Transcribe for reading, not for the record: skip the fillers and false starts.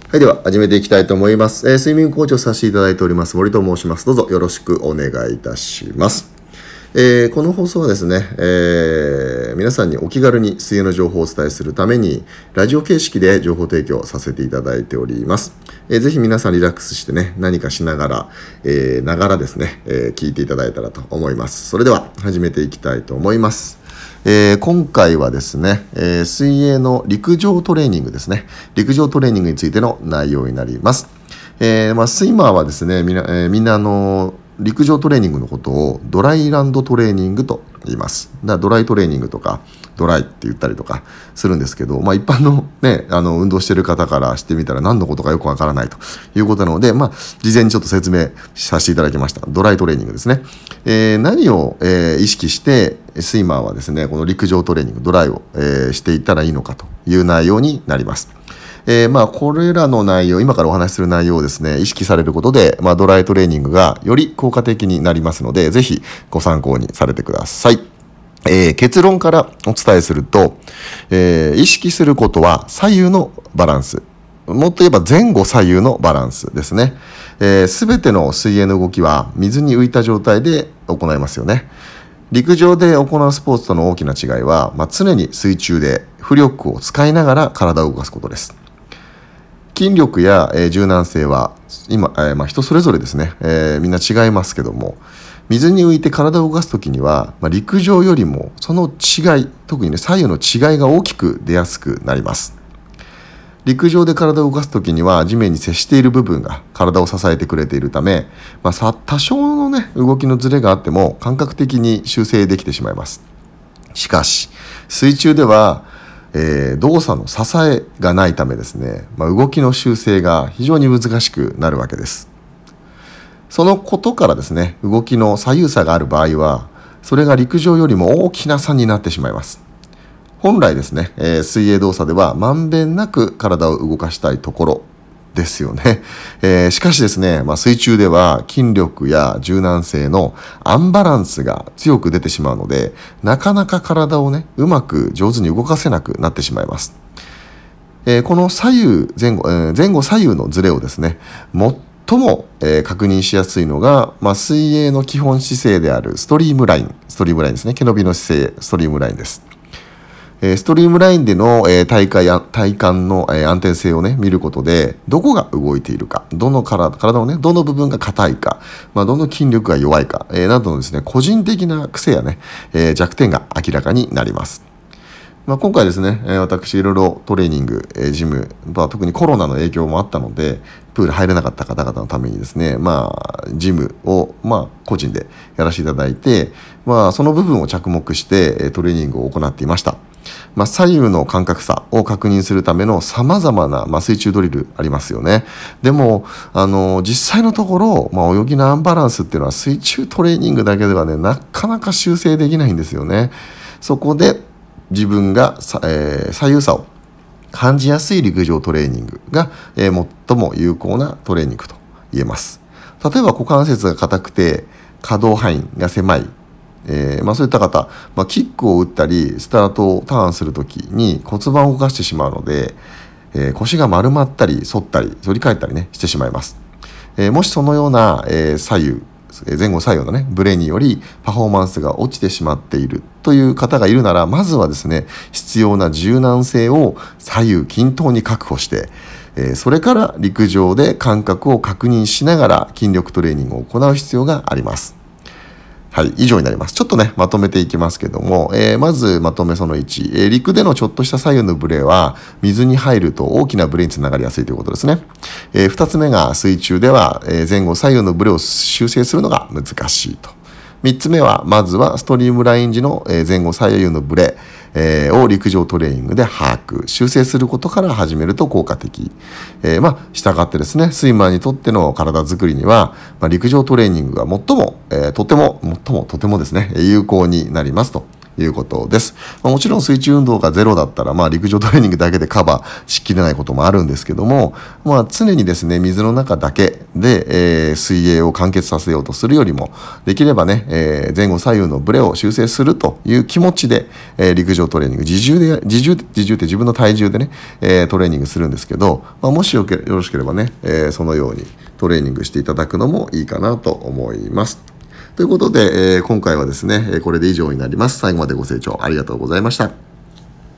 はい、では始めていきたいと思います。睡眠コーチをさせていただいております森と申します。どうぞよろしくお願いいたします。この放送はですね、皆さんにお気軽に水泳の情報をお伝えするためにラジオ形式で情報提供させていただいております。ぜひ皆さんリラックスしてね、何かしながら、ですね、聞いていただいたらと思います。それでは始めていきたいと思います。今回はですね、水泳の陸上トレーニングですね。陸上トレーニングについての内容になります。スイマーはですね、みんな陸上トレーニングのことをドライランドトレーニングと言います。だからドライトレーニングとかドライって言ったりとかするんですけど、一般のね、運動している方からしてみたら何のことかよくわからないということなので、事前にちょっと説明させていただきました。ドライトレーニングですね。何を、意識してスイマーはですね、この陸上トレーニング、ドライを、していったらいいのかという内容になります。これらの内容、今からお話しする内容をですね、意識されることで、ドライトレーニングがより効果的になりますので、ぜひご参考にされてください。結論からお伝えすると、意識することは左右のバランス。もっと言えば前後左右のバランスですね。すべての水泳の動きは水に浮いた状態で行いますよね。陸上で行うスポーツとの大きな違いは、常に水中で浮力を使いながら体を動かすことです。筋力や、柔軟性は今、人それぞれですね、みんな違いますけども、水に浮いて体を動かすときには、陸上よりもその違い、特にね、左右の違いが大きく出やすくなります。陸上で体を動かすときには地面に接している部分が体を支えてくれているため、多少のね、動きのズレがあっても感覚的に修正できてしまいます。しかし水中では動作の支えがないためですね、動きの修正が非常に難しくなるわけです。そのことからですね、動きの左右差がある場合は、それが陸上よりも大きな差になってしまいます。本来ですね、水泳動作ではまんべんなく体を動かしたいところですよね。しかしですね、水中では筋力や柔軟性のアンバランスが強く出てしまうので、なかなか体をね、うまく上手に動かせなくなってしまいます。この前後左右のズレをですね、最も、確認しやすいのが、水泳の基本姿勢であるストリームラインですね。毛伸びの姿勢、ストリームラインです。ストリームラインでの体幹の安定性をね、見ることで、どこが動いているか、体のね、どの部分が硬いか、どの筋力が弱いか、などのですね、個人的な癖やね、弱点が明らかになります。今回ですね、私いろいろトレーニング、ジム、特にコロナの影響もあったので、プール入れなかった方々のためにですね、ジムを、個人でやらせていただいて、その部分を着目してトレーニングを行っていました。左右の感覚差を確認するための様々な、水中ドリルありますよね。でも、実際のところ、泳ぎのアンバランスっていうのは水中トレーニングだけではね、なかなか修正できないんですよね。そこで自分が、左右差を感じやすい陸上トレーニングが、最も有効なトレーニングと言えます。例えば股関節が硬くて可動範囲が狭い、そういった方、キックを打ったりスタートをターンするときに骨盤を動かしてしまうので、腰が丸まったり反ったり反り返ったりねしてしまいます。もしそのような、前後左右のねブレによりパフォーマンスが落ちてしまっているという方がいるなら、まずはですね、必要な柔軟性を左右均等に確保して、それから陸上で感覚を確認しながら筋力トレーニングを行う必要があります。はい、以上になります。ちょっとね、まとめていきますけども、まずまとめその1、陸でのちょっとした左右のブレは、水に入ると大きなブレにつながりやすいということですね。2つ目が水中では、前後左右のブレを修正するのが難しいと。3つ目は、まずはストリームライン時の前後左右のブレを陸上トレーニングで把握、修正することから始めると効果的。したがってですね、スイマーにとっての体作りには、陸上トレーニングがとてもですね、有効になりますということです。もちろん水中運動がゼロだったら、陸上トレーニングだけでカバーしきれないこともあるんですけども、常にですね、水の中だけで、水泳を完結させようとするよりも、できればね、前後左右のブレを修正するという気持ちで、陸上トレーニング、自重って自分の体重でね、トレーニングするんですけど、もしよろしければね、そのようにトレーニングしていただくのもいいかなと思います。ということで、今回はですね、これで以上になります。最後までご清聴ありがとうございました。